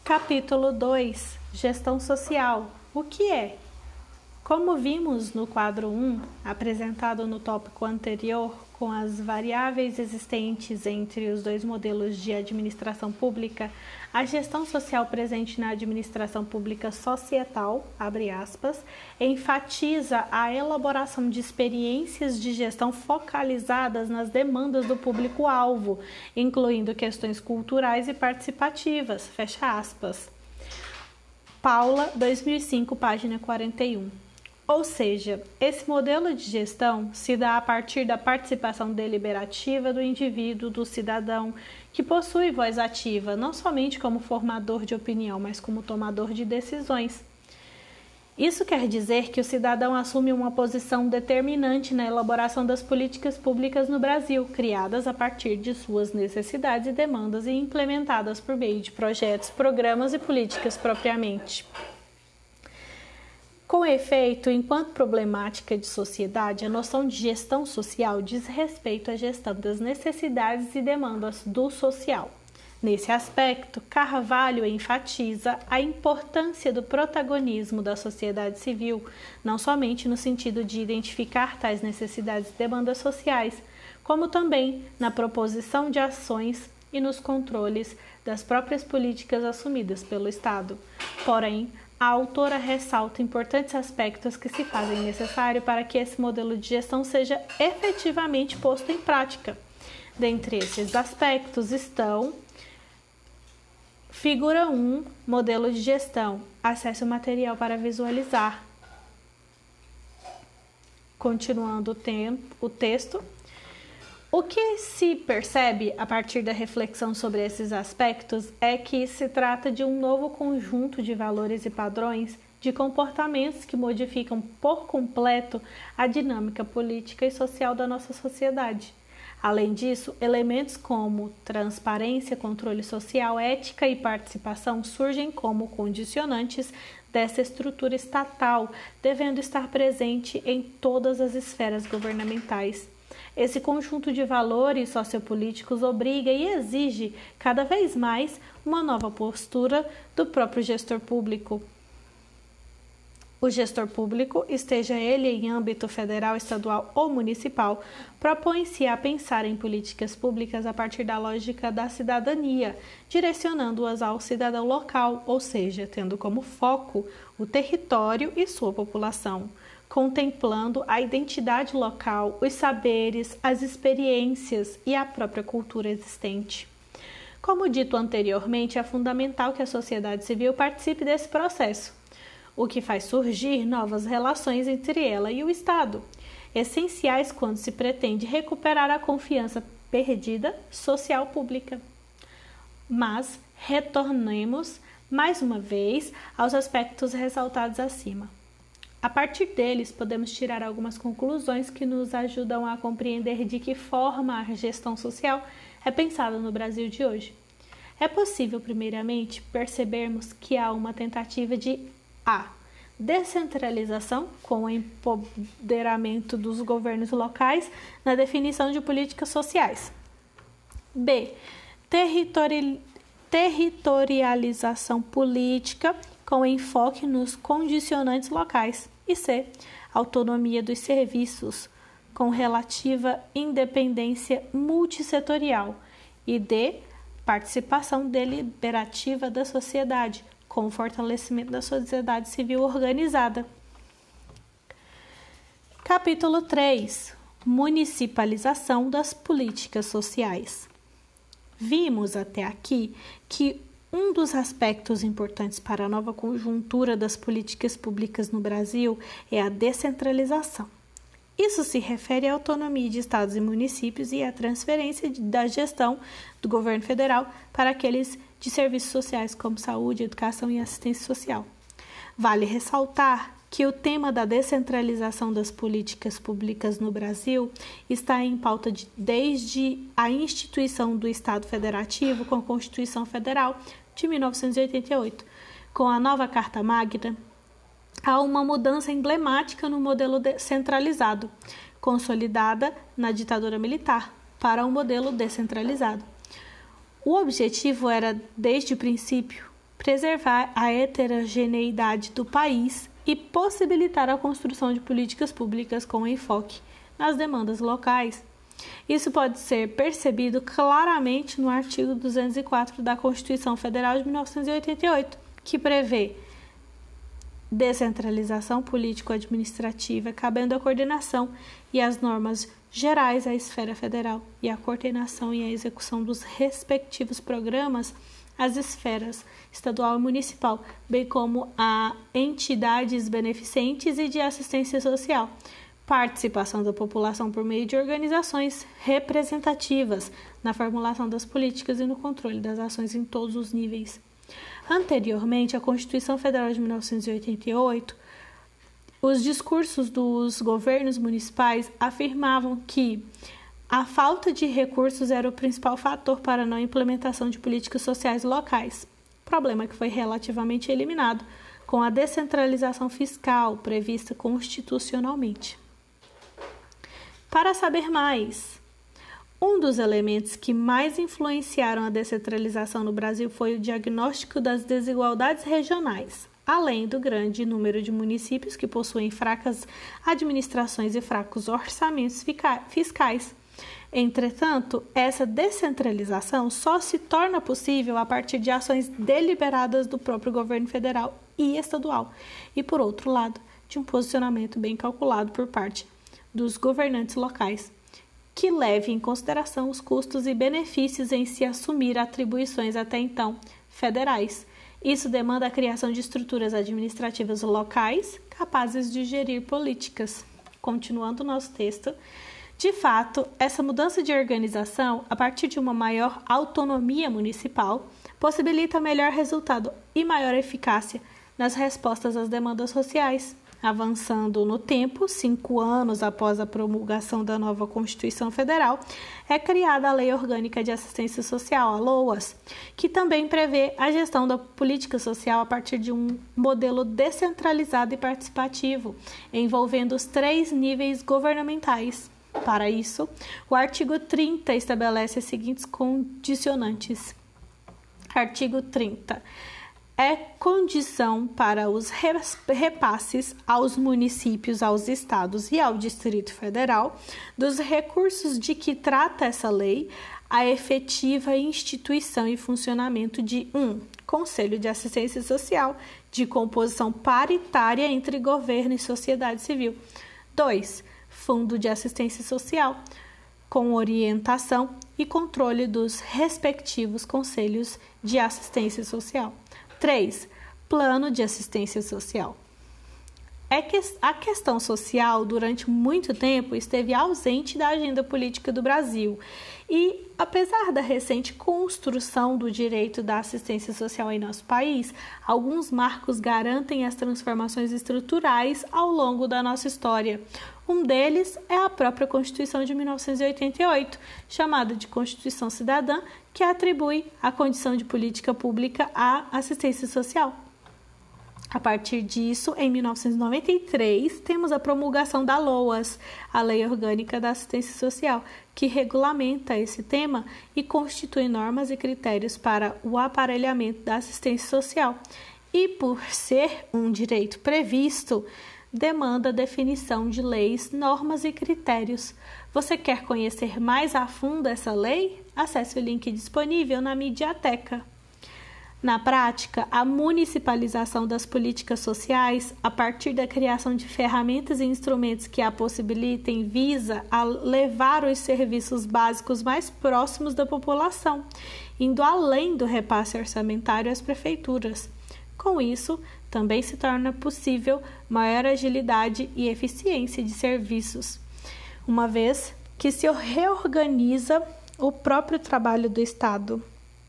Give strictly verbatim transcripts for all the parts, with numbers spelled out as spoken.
Capítulo dois. Gestão social. O que é? Como vimos no quadro um, apresentado no tópico anterior, com as variáveis existentes entre os dois modelos de administração pública, a gestão social presente na administração pública societal, abre aspas, enfatiza a elaboração de experiências de gestão focalizadas nas demandas do público-alvo, incluindo questões culturais e participativas, fecha aspas. Paula, dois mil e cinco, página quarenta e um. Ou seja, esse modelo de gestão se dá a partir da participação deliberativa do indivíduo, do cidadão, que possui voz ativa, não somente como formador de opinião, mas como tomador de decisões. Isso quer dizer que o cidadão assume uma posição determinante na elaboração das políticas públicas no Brasil, criadas a partir de suas necessidades e demandas e implementadas por meio de projetos, programas e políticas propriamente. Com efeito, enquanto problemática de sociedade, a noção de gestão social diz respeito à gestão das necessidades e demandas do social. Nesse aspecto, Carvalho enfatiza a importância do protagonismo da sociedade civil, não somente no sentido de identificar tais necessidades e demandas sociais, como também na proposição de ações e nos controles das próprias políticas assumidas pelo Estado. Porém, a autora ressalta importantes aspectos que se fazem necessário para que esse modelo de gestão seja efetivamente posto em prática. Dentre esses aspectos estão: figura um, modelo de gestão. Acesse o material para visualizar. Continuando o, tempo, o texto. O que se percebe a partir da reflexão sobre esses aspectos é que se trata de um novo conjunto de valores e padrões de comportamentos que modificam por completo a dinâmica política e social da nossa sociedade. Além disso, elementos como transparência, controle social, ética e participação surgem como condicionantes dessa estrutura estatal, devendo estar presente em todas as esferas governamentais. Esse conjunto de valores sociopolíticos obriga e exige cada vez mais uma nova postura do próprio gestor público. O gestor público, esteja ele em âmbito federal, estadual ou municipal, propõe-se a pensar em políticas públicas a partir da lógica da cidadania, direcionando-as ao cidadão local, ou seja, tendo como foco o território e sua população, contemplando a identidade local, os saberes, as experiências e a própria cultura existente. Como dito anteriormente, é fundamental que a sociedade civil participe desse processo, o que faz surgir novas relações entre ela e o Estado, essenciais quando se pretende recuperar a confiança perdida social pública. Mas retornemos, mais uma vez, aos aspectos ressaltados acima. A partir deles, podemos tirar algumas conclusões que nos ajudam a compreender de que forma a gestão social é pensada no Brasil de hoje. É possível, primeiramente, percebermos que há uma tentativa de A. Descentralização, com o empoderamento dos governos locais na definição de políticas sociais. B. Territori- territorialização política, com enfoque nos condicionantes locais. E C. Autonomia dos serviços, com relativa independência multissetorial. E D. Participação deliberativa da sociedade, com o fortalecimento da sociedade civil organizada. Capítulo três. Municipalização das políticas sociais. Vimos até aqui que um dos aspectos importantes para a nova conjuntura das políticas públicas no Brasil é a descentralização. Isso se refere à autonomia de estados e municípios e à transferência da gestão do governo federal para aqueles de serviços sociais como saúde, educação e assistência social. Vale ressaltar que o tema da descentralização das políticas públicas no Brasil está em pauta de, desde a instituição do Estado Federativo com a Constituição Federal de mil novecentos e oitenta e oito. Com a nova Carta Magna, há uma mudança emblemática no modelo centralizado, consolidada na ditadura militar, para um modelo descentralizado. O objetivo era, desde o princípio, preservar a heterogeneidade do país e possibilitar a construção de políticas públicas com enfoque nas demandas locais. Isso pode ser percebido claramente no artigo duzentos e quatro da Constituição Federal de mil novecentos e oitenta e oito, que prevê descentralização político-administrativa, cabendo a coordenação e as normas gerais à esfera federal e a coordenação e a execução dos respectivos programas às esferas estadual e municipal, bem como a entidades beneficentes e de assistência social. Participação da população por meio de organizações representativas na formulação das políticas e no controle das ações em todos os níveis. Anteriormente, a Constituição Federal de mil novecentos e oitenta e oito, os discursos dos governos municipais afirmavam que a falta de recursos era o principal fator para a não implementação de políticas sociais locais, problema que foi relativamente eliminado com a descentralização fiscal prevista constitucionalmente. Para saber mais, um dos elementos que mais influenciaram a descentralização no Brasil foi o diagnóstico das desigualdades regionais, além do grande número de municípios que possuem fracas administrações e fracos orçamentos fiscais. Entretanto, essa descentralização só se torna possível a partir de ações deliberadas do próprio governo federal e estadual e, por outro lado, de um posicionamento bem calculado por parte dos governantes locais, que leve em consideração os custos e benefícios em se assumir atribuições até então federais. Isso demanda a criação de estruturas administrativas locais capazes de gerir políticas. Continuando o nosso texto, de fato, essa mudança de organização, a partir de uma maior autonomia municipal, possibilita melhor resultado e maior eficácia nas respostas às demandas sociais. Avançando no tempo, cinco anos após a promulgação da nova Constituição Federal, é criada a Lei Orgânica de Assistência Social, a LOAS, que também prevê a gestão da política social a partir de um modelo descentralizado e participativo, envolvendo os três níveis governamentais. Para isso, o artigo trinta estabelece as seguintes condicionantes. Artigo trinta. É condição para os repasses aos municípios, aos estados e ao Distrito Federal dos recursos de que trata essa lei a efetiva instituição e funcionamento de um Conselho de Assistência Social de composição paritária entre governo e sociedade civil. dois Fundo de Assistência Social, com orientação e controle dos respectivos conselhos de assistência social. três Plano de assistência social. É que a questão social, durante muito tempo, esteve ausente da agenda política do Brasil e, apesar da recente construção do direito da assistência social em nosso país, alguns marcos garantem as transformações estruturais ao longo da nossa história. Um deles é a própria Constituição de mil novecentos e oitenta e oito, chamada de Constituição Cidadã, que atribui a condição de política pública à assistência social. A partir disso, em mil novecentos e noventa e três, temos a promulgação da LOAS, a Lei Orgânica da Assistência Social, que regulamenta esse tema e constitui normas e critérios para o aparelhamento da assistência social. E, por ser um direito previsto, demanda definição de leis, normas e critérios. Você quer conhecer mais a fundo essa lei? Acesse o link disponível na Mediateca. Na prática, a municipalização das políticas sociais, a partir da criação de ferramentas e instrumentos que a possibilitem, visa a levar os serviços básicos mais próximos da população, indo além do repasse orçamentário às prefeituras. Com isso, também se torna possível maior agilidade e eficiência de serviços, uma vez que se reorganiza o próprio trabalho do Estado.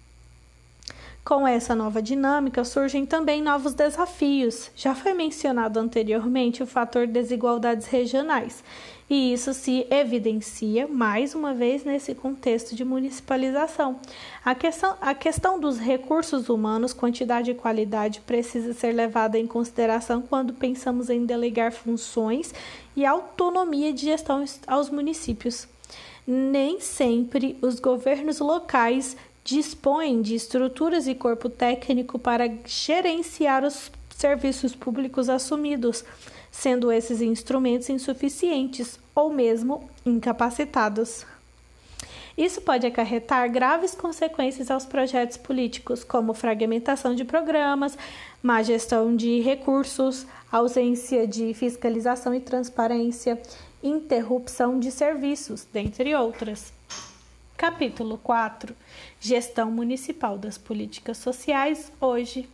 Com essa nova dinâmica, surgem também novos desafios. Já foi mencionado anteriormente o fator desigualdades regionais, e isso se evidencia mais uma vez nesse contexto de municipalização. A questão, a questão dos recursos humanos, quantidade e qualidade, precisa ser levada em consideração quando pensamos em delegar funções e autonomia de gestão aos municípios. Nem sempre os governos locais dispõem de estruturas e corpo técnico para gerenciar os serviços públicos assumidos, sendo esses instrumentos insuficientes ou mesmo incapacitados. Isso pode acarretar graves consequências aos projetos políticos, como fragmentação de programas, má gestão de recursos, ausência de fiscalização e transparência, interrupção de serviços, dentre outras. Capítulo quatro. Gestão municipal das políticas sociais hoje.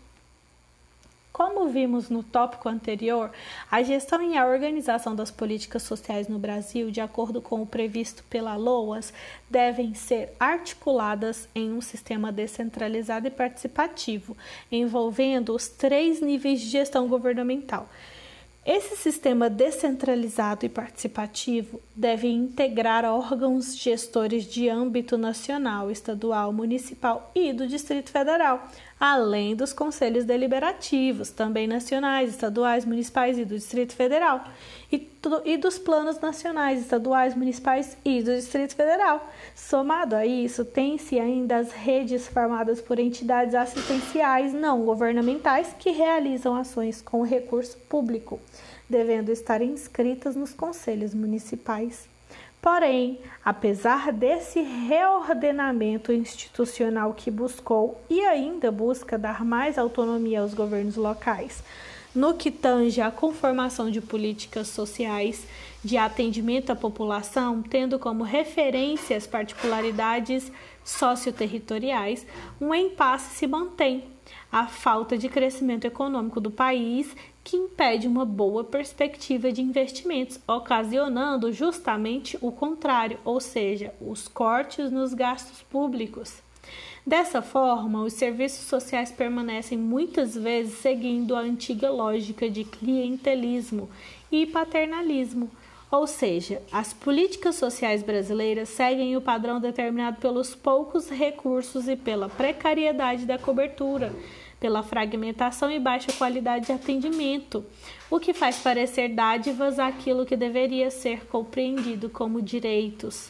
Como vimos no tópico anterior, a gestão e a organização das políticas sociais no Brasil, de acordo com o previsto pela LOAS, devem ser articuladas em um sistema descentralizado e participativo, envolvendo os três níveis de gestão governamental. Esse sistema descentralizado e participativo deve integrar órgãos gestores de âmbito nacional, estadual, municipal e do Distrito Federal, além dos conselhos deliberativos, também nacionais, estaduais, municipais e do Distrito Federal, e, e dos planos nacionais, estaduais, municipais e do Distrito Federal. Somado a isso, tem-se ainda as redes formadas por entidades assistenciais não governamentais que realizam ações com recurso público, devendo estar inscritas nos conselhos municipais. Porém, apesar desse reordenamento institucional que buscou e ainda busca dar mais autonomia aos governos locais, no que tange à conformação de políticas sociais de atendimento à população, tendo como referência as particularidades socioterritoriais, um impasse se mantém. A falta de crescimento econômico do país, que impede uma boa perspectiva de investimentos, ocasionando justamente o contrário, ou seja, os cortes nos gastos públicos. Dessa forma, os serviços sociais permanecem muitas vezes seguindo a antiga lógica de clientelismo e paternalismo, ou seja, as políticas sociais brasileiras seguem o padrão determinado pelos poucos recursos e pela precariedade da cobertura, pela fragmentação e baixa qualidade de atendimento, o que faz parecer dádivas aquilo que deveria ser compreendido como direitos.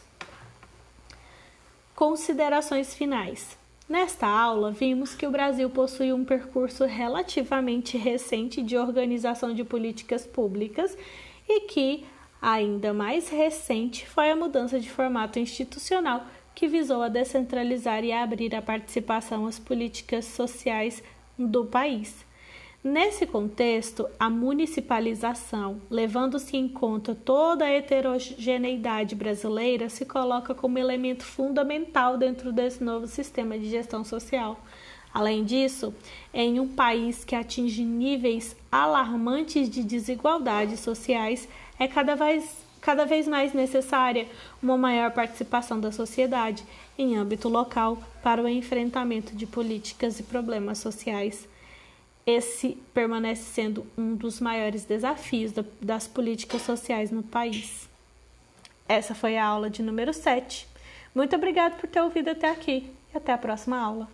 Considerações finais. Nesta aula, vimos que o Brasil possui um percurso relativamente recente de organização de políticas públicas e que, ainda mais recente, foi a mudança de formato institucional que visou a descentralizar e a abrir a participação às políticas sociais do país. Nesse contexto, a municipalização, levando-se em conta toda a heterogeneidade brasileira, se coloca como elemento fundamental dentro desse novo sistema de gestão social. Além disso, em um país que atinge níveis alarmantes de desigualdades sociais, é cada vez, cada vez mais necessária uma maior participação da sociedade em âmbito local para o enfrentamento de políticas e problemas sociais. Esse permanece sendo um dos maiores desafios das políticas sociais no país. Essa foi a aula de número sete. Muito obrigada por ter ouvido até aqui e até a próxima aula.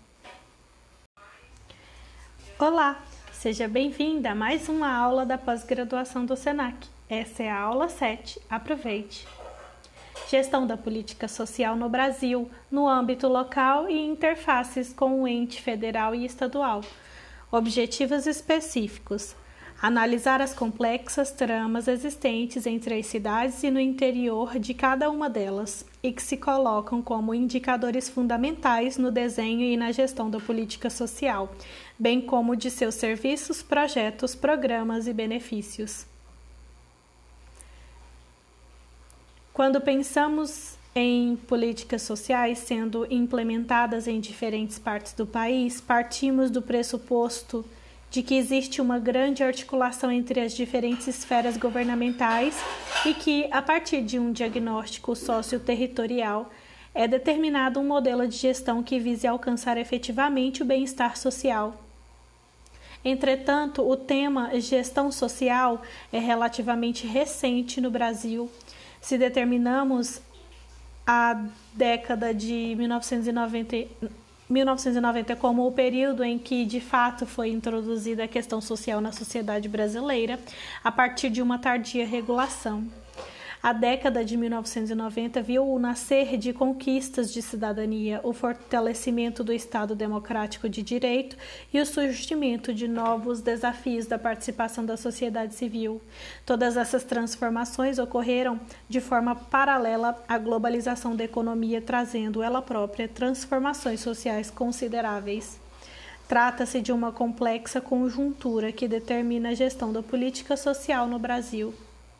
Olá, seja bem-vinda a mais uma aula da pós-graduação do SENAC. Essa é a aula sete. Aproveite! Gestão da política social no Brasil, no âmbito local e interfaces com o ente federal e estadual. Objetivos específicos: analisar as complexas tramas existentes entre as cidades e no interior de cada uma delas e que se colocam como indicadores fundamentais no desenho e na gestão da política social, bem como de seus serviços, projetos, programas e benefícios. Quando pensamos em políticas sociais sendo implementadas em diferentes partes do país, partimos do pressuposto de que existe uma grande articulação entre as diferentes esferas governamentais e que, a partir de um diagnóstico socioterritorial, é determinado um modelo de gestão que vise alcançar efetivamente o bem-estar social. Entretanto, o tema gestão social é relativamente recente no Brasil. Se determinamos a década de mil novecentos e noventa, mil novecentos e noventa como o período em que, de fato, foi introduzida a questão social na sociedade brasileira, a partir de uma tardia regulação. A década de mil novecentos e noventa viu o nascer de conquistas de cidadania, o fortalecimento do Estado democrático de direito e o surgimento de novos desafios da participação da sociedade civil. Todas essas transformações ocorreram de forma paralela à globalização da economia, trazendo ela própria transformações sociais consideráveis. Trata-se de uma complexa conjuntura que determina a gestão da política social no Brasil.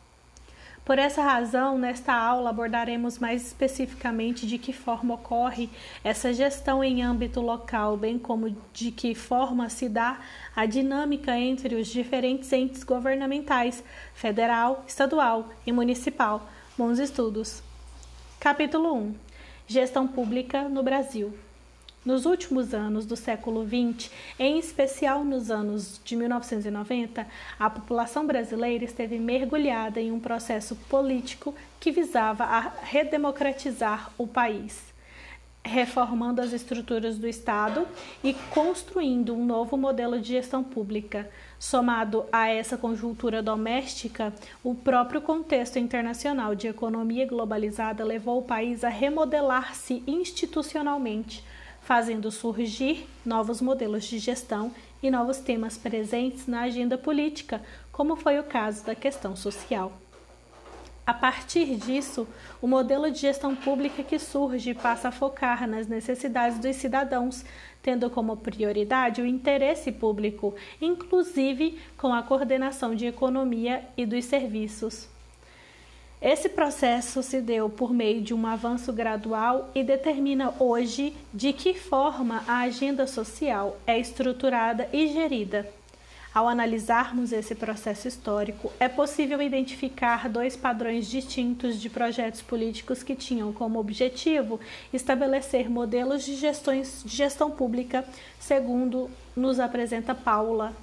Por essa razão, nesta aula abordaremos mais especificamente de que forma ocorre essa gestão em âmbito local, bem como de que forma se dá a dinâmica entre os diferentes entes governamentais, federal, estadual e municipal. Bons estudos. Capítulo um. Gestão pública no Brasil. Nos últimos anos do século vinte, em especial nos anos de mil novecentos e noventa, a população brasileira esteve mergulhada em um processo político que visava a redemocratizar o país, reformando as estruturas do Estado e construindo um novo modelo de gestão pública. Somado a essa conjuntura doméstica, o próprio contexto internacional de economia globalizada levou o país a remodelar-se institucionalmente, fazendo surgir novos modelos de gestão e novos temas presentes na agenda política, como foi o caso da questão social. A partir disso, o modelo de gestão pública que surge passa a focar nas necessidades dos cidadãos, tendo como prioridade o interesse público, inclusive com a coordenação de economia e dos serviços. Esse processo se deu por meio de um avanço gradual e determina hoje de que forma a agenda social é estruturada e gerida. Ao analisarmos esse processo histórico, é possível identificar dois padrões distintos de projetos políticos que tinham como objetivo estabelecer modelos de, gestões, de gestão pública, segundo nos apresenta Paula.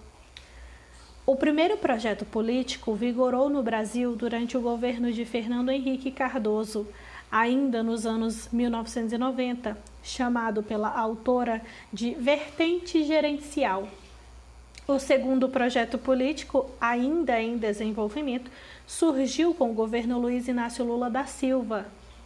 O primeiro projeto político vigorou no Brasil durante o governo de Fernando Henrique Cardoso, ainda nos anos mil novecentos e noventa, chamado pela autora de vertente gerencial. O segundo projeto político, ainda em desenvolvimento, surgiu com o governo Luiz Inácio Lula da Silva,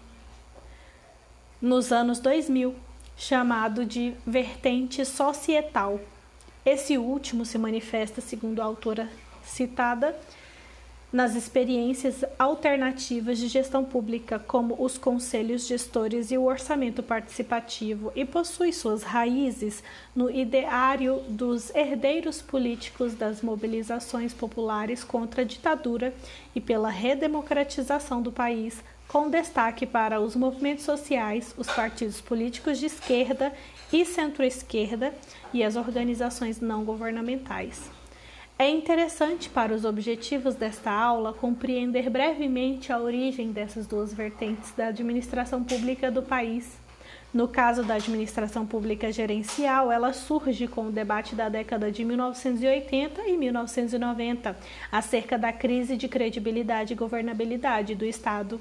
nos anos dois mil, chamado de vertente societal. Esse último se manifesta, segundo a autora citada, nas experiências alternativas de gestão pública, como os conselhos gestores e o orçamento participativo, e possui suas raízes no ideário dos herdeiros políticos das mobilizações populares contra a ditadura e pela redemocratização do país, com destaque para os movimentos sociais, os partidos políticos de esquerda e centro-esquerda e as organizações não governamentais. É interessante para os objetivos desta aula compreender brevemente a origem dessas duas vertentes da administração pública do país. No caso da administração pública gerencial, ela surge com o debate da década de mil novecentos e oitenta e mil novecentos e noventa acerca da crise de credibilidade e governabilidade do Estado.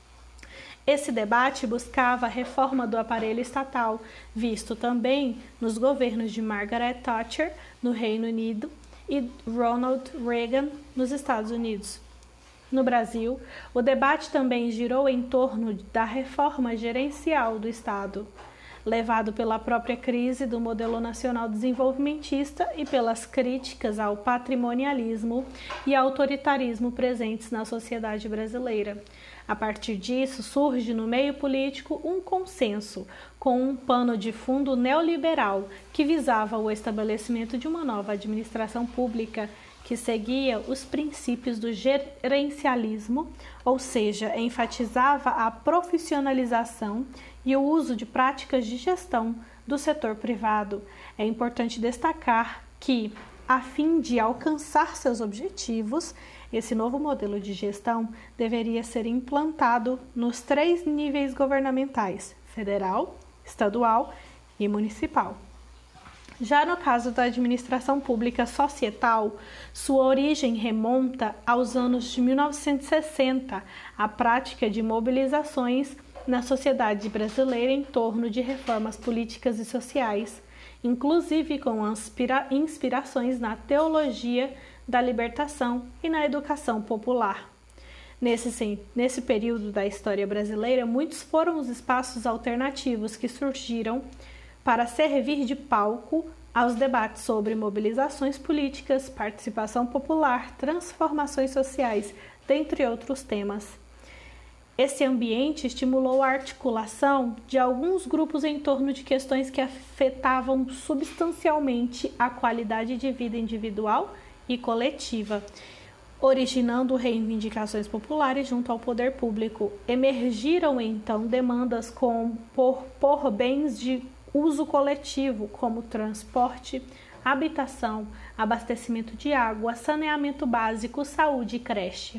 Esse debate buscava a reforma do aparelho estatal, visto também nos governos de Margaret Thatcher, no Reino Unido, e Ronald Reagan, nos Estados Unidos. No Brasil, o debate também girou em torno da reforma gerencial do Estado, levado pela própria crise do modelo nacional desenvolvimentista e pelas críticas ao patrimonialismo e autoritarismo presentes na sociedade brasileira. A partir disso, surge no meio político um consenso, com um pano de fundo neoliberal que visava o estabelecimento de uma nova administração pública que seguia os princípios do gerencialismo, ou seja, enfatizava a profissionalização e o uso de práticas de gestão do setor privado. É importante destacar que, a fim de alcançar seus objetivos, esse novo modelo de gestão deveria ser implantado nos três níveis governamentais: federal, estadual e municipal. Já no caso da administração pública societal, sua origem remonta aos anos de mil novecentos e sessenta, a prática de mobilizações na sociedade brasileira em torno de reformas políticas e sociais, inclusive com inspira- inspirações na teologia da libertação e na educação popular. Nesse, nesse período da história brasileira, muitos foram os espaços alternativos que surgiram para servir de palco aos debates sobre mobilizações políticas, participação popular, transformações sociais, dentre outros temas. Esse ambiente estimulou a articulação de alguns grupos em torno de questões que afetavam substancialmente a qualidade de vida individual e coletiva, originando reivindicações populares junto ao poder público. Emergiram, então, demandas com, por, por bens de uso coletivo, como transporte, habitação, abastecimento de água, saneamento básico, saúde e creche.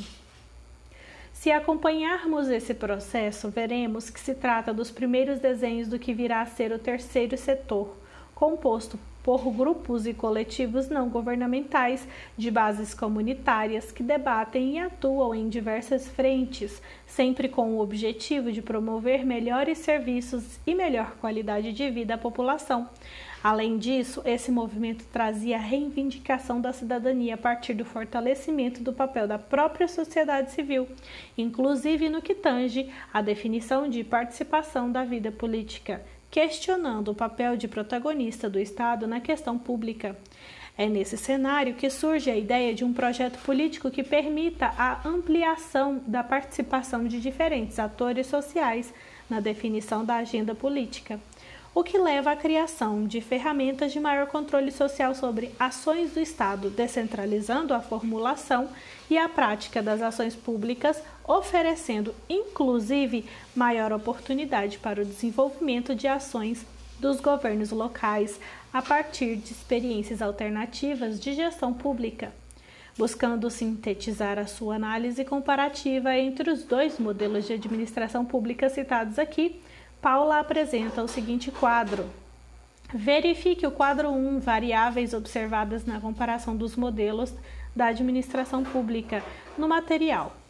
Se acompanharmos esse processo, veremos que se trata dos primeiros desenhos do que virá a ser o terceiro setor, composto por grupos e coletivos não governamentais de bases comunitárias que debatem e atuam em diversas frentes, sempre com o objetivo de promover melhores serviços e melhor qualidade de vida à população. Além disso, esse movimento trazia a reivindicação da cidadania a partir do fortalecimento do papel da própria sociedade civil, inclusive no que tange à definição de participação da vida política, questionando o papel de protagonista do Estado na questão pública. É nesse cenário que surge a ideia de um projeto político que permita a ampliação da participação de diferentes atores sociais na definição da agenda política, o que leva à criação de ferramentas de maior controle social sobre ações do Estado, descentralizando a formulação e a prática das ações públicas, oferecendo, inclusive, maior oportunidade para o desenvolvimento de ações dos governos locais a partir de experiências alternativas de gestão pública. Buscando sintetizar a sua análise comparativa entre os dois modelos de administração pública citados aqui, Paula apresenta o seguinte quadro. Verifique o quadro um, variáveis observadas na comparação dos modelos da administração pública, no material.